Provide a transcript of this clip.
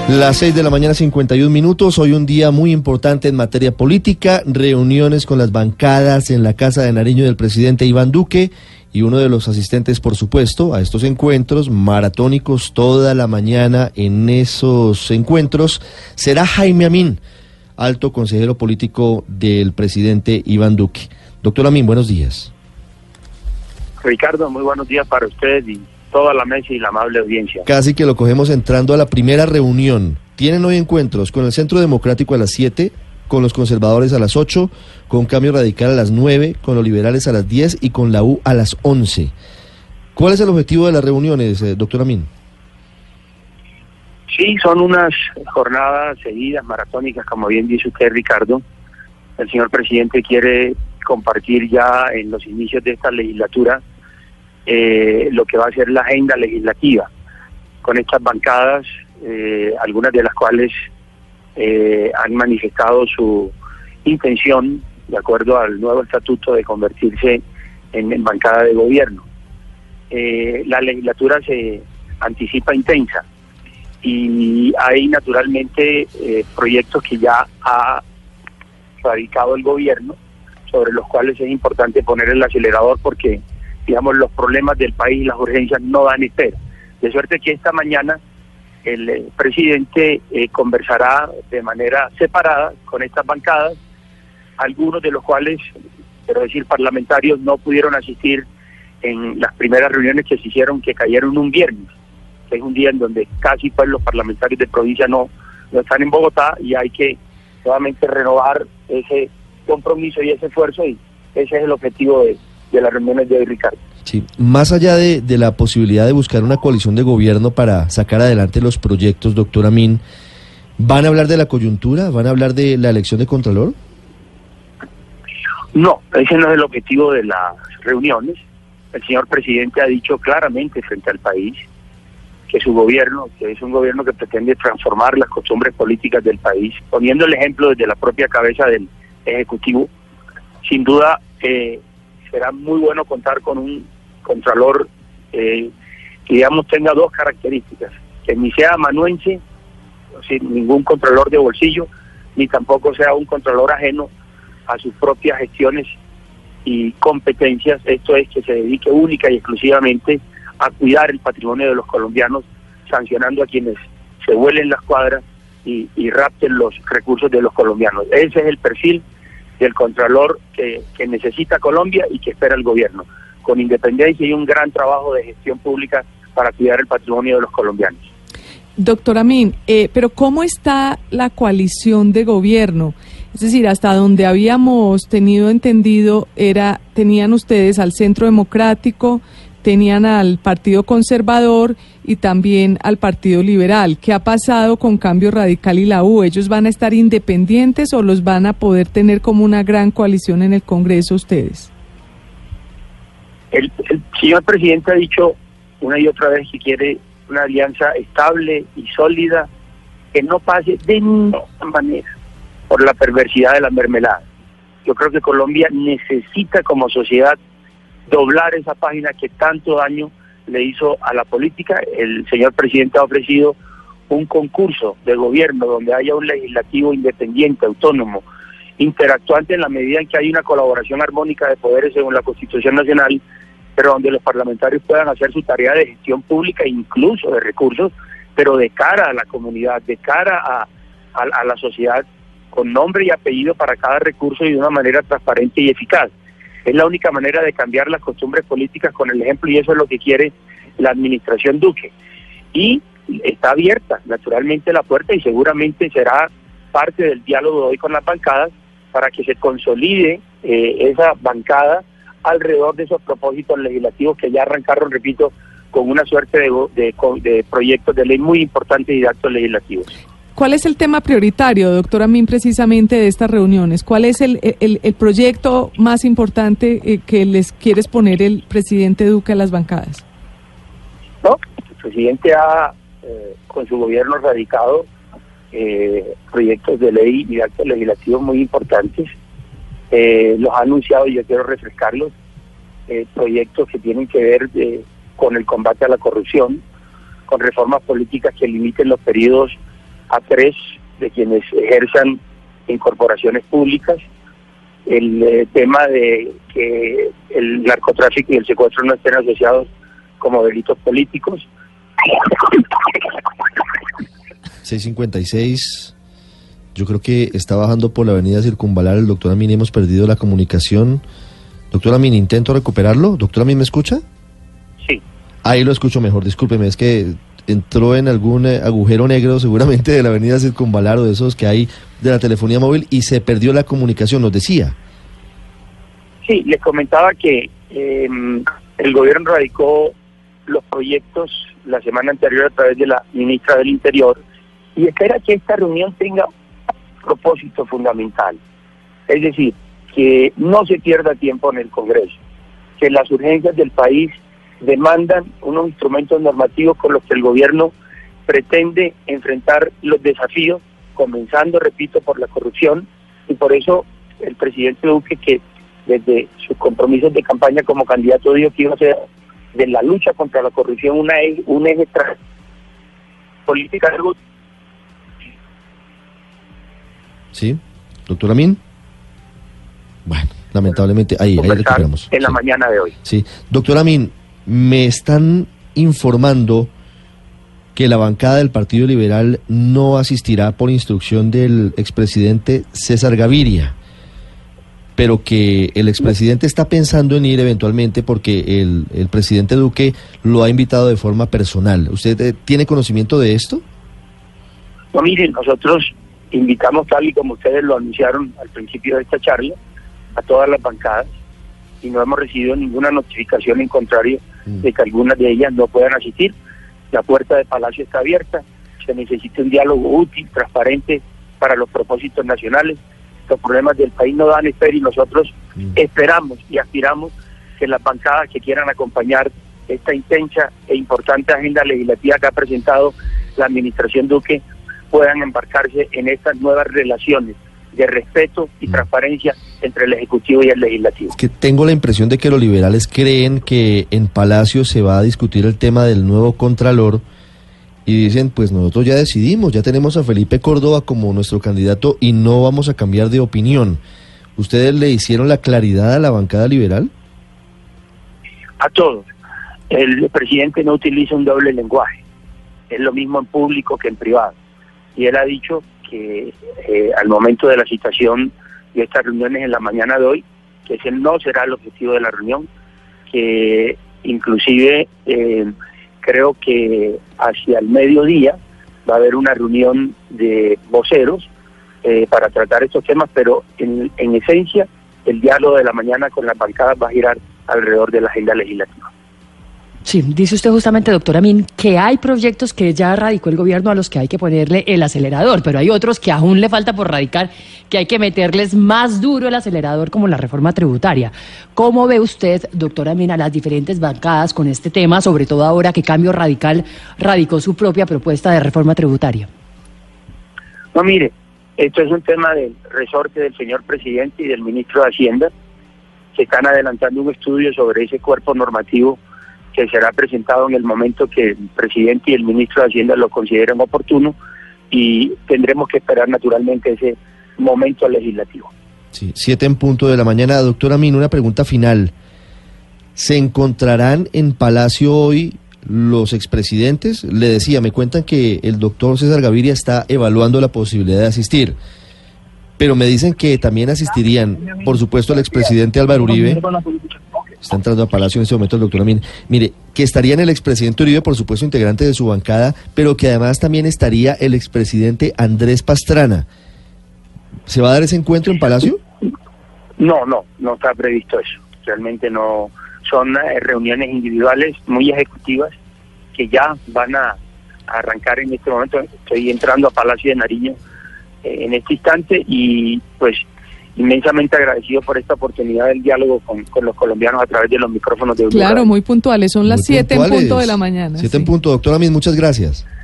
Las 6 de la mañana, 51 minutos. Hoy un día muy importante en materia política. Reuniones con las bancadas en la Casa de Nariño del presidente Iván Duque. Y uno de los asistentes, por supuesto, a estos encuentros maratónicos toda la mañana en esos encuentros, será Jaime Amín, alto consejero político del presidente Iván Duque. Doctor Amín, buenos días. Ricardo, muy buenos días para usted y toda la mesa y la amable audiencia. Casi que lo cogemos entrando a la primera reunión. Tienen hoy encuentros con el Centro Democrático a las 7, con los conservadores a las 8, con Cambio Radical a las 9, con los liberales a las 10 y con la U a las 11. ¿Cuál es el objetivo de las reuniones, doctor Amín? Sí, son unas jornadas seguidas, maratónicas, como bien dice usted, Ricardo. El señor presidente quiere compartir ya en los inicios de esta legislatura lo que va a ser la agenda legislativa, con estas bancadas, algunas de las cuales han manifestado su intención, de acuerdo al nuevo estatuto, de convertirse en bancada de gobierno. La legislatura se anticipa intensa y hay naturalmente proyectos que ya ha radicado el gobierno, sobre los cuales es importante poner el acelerador porque, digamos, los problemas del país y las urgencias no dan espera. De suerte que esta mañana el presidente conversará de manera separada con estas bancadas, algunos de los cuales, quiero decir, parlamentarios no pudieron asistir en las primeras reuniones que se hicieron, que cayeron un viernes, que es un día en donde casi pues los parlamentarios de provincia no están en Bogotá, y hay que nuevamente renovar ese compromiso y ese esfuerzo, y ese es el objetivo de las reuniones de hoy, Ricardo. Sí, más allá de la posibilidad de buscar una coalición de gobierno para sacar adelante los proyectos, doctor Amín, ¿van a hablar de la coyuntura? ¿Van a hablar de la elección de Contralor? No, ese no es el objetivo de las reuniones. El señor presidente ha dicho claramente frente al país que su gobierno, que es un gobierno que pretende transformar las costumbres políticas del país, poniendo el ejemplo desde la propia cabeza del Ejecutivo. Sin duda será muy bueno contar con un contralor que, digamos, tenga dos características: que ni sea amanuense, sin ningún contralor de bolsillo, ni tampoco sea un contralor ajeno a sus propias gestiones y competencias. Esto es, que se dedique única y exclusivamente a cuidar el patrimonio de los colombianos, sancionando a quienes se vuelen las cuadras y rapten los recursos de los colombianos. Ese es el perfil del contralor que necesita Colombia y que espera el gobierno, con independencia y un gran trabajo de gestión pública para cuidar el patrimonio de los colombianos. Doctor Amín, pero ¿cómo está la coalición de gobierno? Es decir, hasta donde habíamos tenido entendido tenían ustedes al Centro Democrático, tenían al Partido Conservador y también al Partido Liberal. ¿Qué ha pasado con Cambio Radical y la U? ¿Ellos van a estar independientes o los van a poder tener como una gran coalición en el Congreso ustedes? El señor presidente ha dicho una y otra vez que quiere una alianza estable y sólida, que no pase de ninguna manera por la perversidad de la mermelada. Yo creo que Colombia necesita como sociedad doblar esa página que tanto daño le hizo a la política. El señor presidente ha ofrecido un concurso de gobierno donde haya un legislativo independiente, autónomo, interactuante, en la medida en que hay una colaboración armónica de poderes según la Constitución Nacional, pero donde los parlamentarios puedan hacer su tarea de gestión pública, incluso de recursos, pero de cara a la comunidad, de cara a la sociedad, con nombre y apellido para cada recurso y de una manera transparente y eficaz. Es la única manera de cambiar las costumbres políticas con el ejemplo, y eso es lo que quiere la administración Duque. Y está abierta, naturalmente, la puerta, y seguramente será parte del diálogo de hoy con las bancadas para que se consolide esa bancada alrededor de esos propósitos legislativos que ya arrancaron, repito, con una suerte de proyectos de ley muy importantes y de actos legislativos. ¿Cuál es el tema prioritario, doctor Amín, precisamente de estas reuniones? ¿Cuál es el proyecto más importante que les quiere exponer el presidente Duque a las bancadas? No, el presidente ha, con su gobierno, radicado proyectos de ley y actos legislativos muy importantes. Los ha anunciado y yo quiero refrescarlos. Proyectos que tienen que ver con el combate a la corrupción, con reformas políticas que limiten los periodos a 3 de quienes ejerzan en corporaciones públicas, el tema de que el narcotráfico y el secuestro no estén asociados como delitos políticos. 6:56, yo creo que está bajando por la avenida Circunvalar el doctor Amin, hemos perdido la comunicación. Doctor Amin, intento recuperarlo. ¿Doctor Amin me escucha? Sí. Ahí lo escucho mejor, discúlpeme, es que entró en algún agujero negro seguramente de la avenida Circunvalar o de esos que hay de la telefonía móvil y se perdió la comunicación, nos decía. Sí, les comentaba que el gobierno radicó los proyectos la semana anterior a través de la ministra del Interior y espera que esta reunión tenga un propósito fundamental, es decir, que no se pierda tiempo en el Congreso, que las urgencias del país demandan unos instrumentos normativos con los que el gobierno pretende enfrentar los desafíos, comenzando, repito, por la corrupción, y por eso el presidente Duque, que desde sus compromisos de campaña como candidato dijo que iba a ser de la lucha contra la corrupción un eje política. Sí, doctor Amin. Bueno, lamentablemente ahí recuperamos. En la mañana de hoy. Sí, doctor Amin, me están informando que la bancada del Partido Liberal no asistirá por instrucción del expresidente César Gaviria, pero que el expresidente está pensando en ir eventualmente porque el presidente Duque lo ha invitado de forma personal. ¿Usted tiene conocimiento de esto? No, miren, nosotros invitamos, tal y como ustedes lo anunciaron al principio de esta charla, a todas las bancadas y no hemos recibido ninguna notificación en contrario de que algunas de ellas no puedan asistir. La puerta de Palacio está abierta, se necesita un diálogo útil, transparente para los propósitos nacionales. Los problemas del país no dan espera y nosotros esperamos y aspiramos que las bancadas que quieran acompañar esta intensa e importante agenda legislativa que ha presentado la administración Duque puedan embarcarse en estas nuevas relaciones de respeto y transparencia entre el Ejecutivo y el Legislativo. Es que tengo la impresión de que los liberales creen que en Palacio se va a discutir el tema del nuevo Contralor y dicen, pues nosotros ya decidimos, ya tenemos a Felipe Córdoba como nuestro candidato y no vamos a cambiar de opinión. ¿Ustedes le hicieron la claridad a la bancada liberal? A todos. El presidente no utiliza un doble lenguaje. Es lo mismo en público que en privado. Y él ha dicho que al momento de la citación de estas reuniones en la mañana de hoy, que ese no será el objetivo de la reunión, que inclusive creo que hacia el mediodía va a haber una reunión de voceros para tratar estos temas, pero en esencia el diálogo de la mañana con las bancadas va a girar alrededor de la agenda legislativa. Sí, dice usted justamente, doctor Amin, que hay proyectos que ya radicó el gobierno a los que hay que ponerle el acelerador, pero hay otros que aún le falta por radicar, que hay que meterles más duro el acelerador, como la reforma tributaria. ¿Cómo ve usted, doctor Amin, a las diferentes bancadas con este tema, sobre todo ahora que Cambio Radical radicó su propia propuesta de reforma tributaria? No, mire, esto es un tema del resorte del señor presidente y del ministro de Hacienda, que están adelantando un estudio sobre ese cuerpo normativo que será presentado en el momento que el presidente y el ministro de Hacienda lo consideren oportuno y tendremos que esperar naturalmente ese momento legislativo. Sí, 7:00 a.m. Doctor Amin, una pregunta final. ¿Se encontrarán en Palacio hoy los expresidentes? Le decía, me cuentan que el doctor César Gaviria está evaluando la posibilidad de asistir, pero me dicen que también asistirían, por supuesto, el expresidente Álvaro Uribe. Está entrando a Palacio en este momento el doctor Amin. Mire, que estarían el expresidente Uribe, por supuesto, integrante de su bancada, pero que además también estaría el expresidente Andrés Pastrana. ¿Se va a dar ese encuentro en Palacio? No está previsto eso. Realmente no. Son reuniones individuales muy ejecutivas que ya van a arrancar en este momento. Estoy entrando a Palacio de Nariño en este instante y pues inmensamente agradecido por esta oportunidad del diálogo con los colombianos a través de los micrófonos de Blue Claro, Radio. muy puntuales, son las 7:00 a.m. 7:00 a.m, doctor Amin, muchas gracias.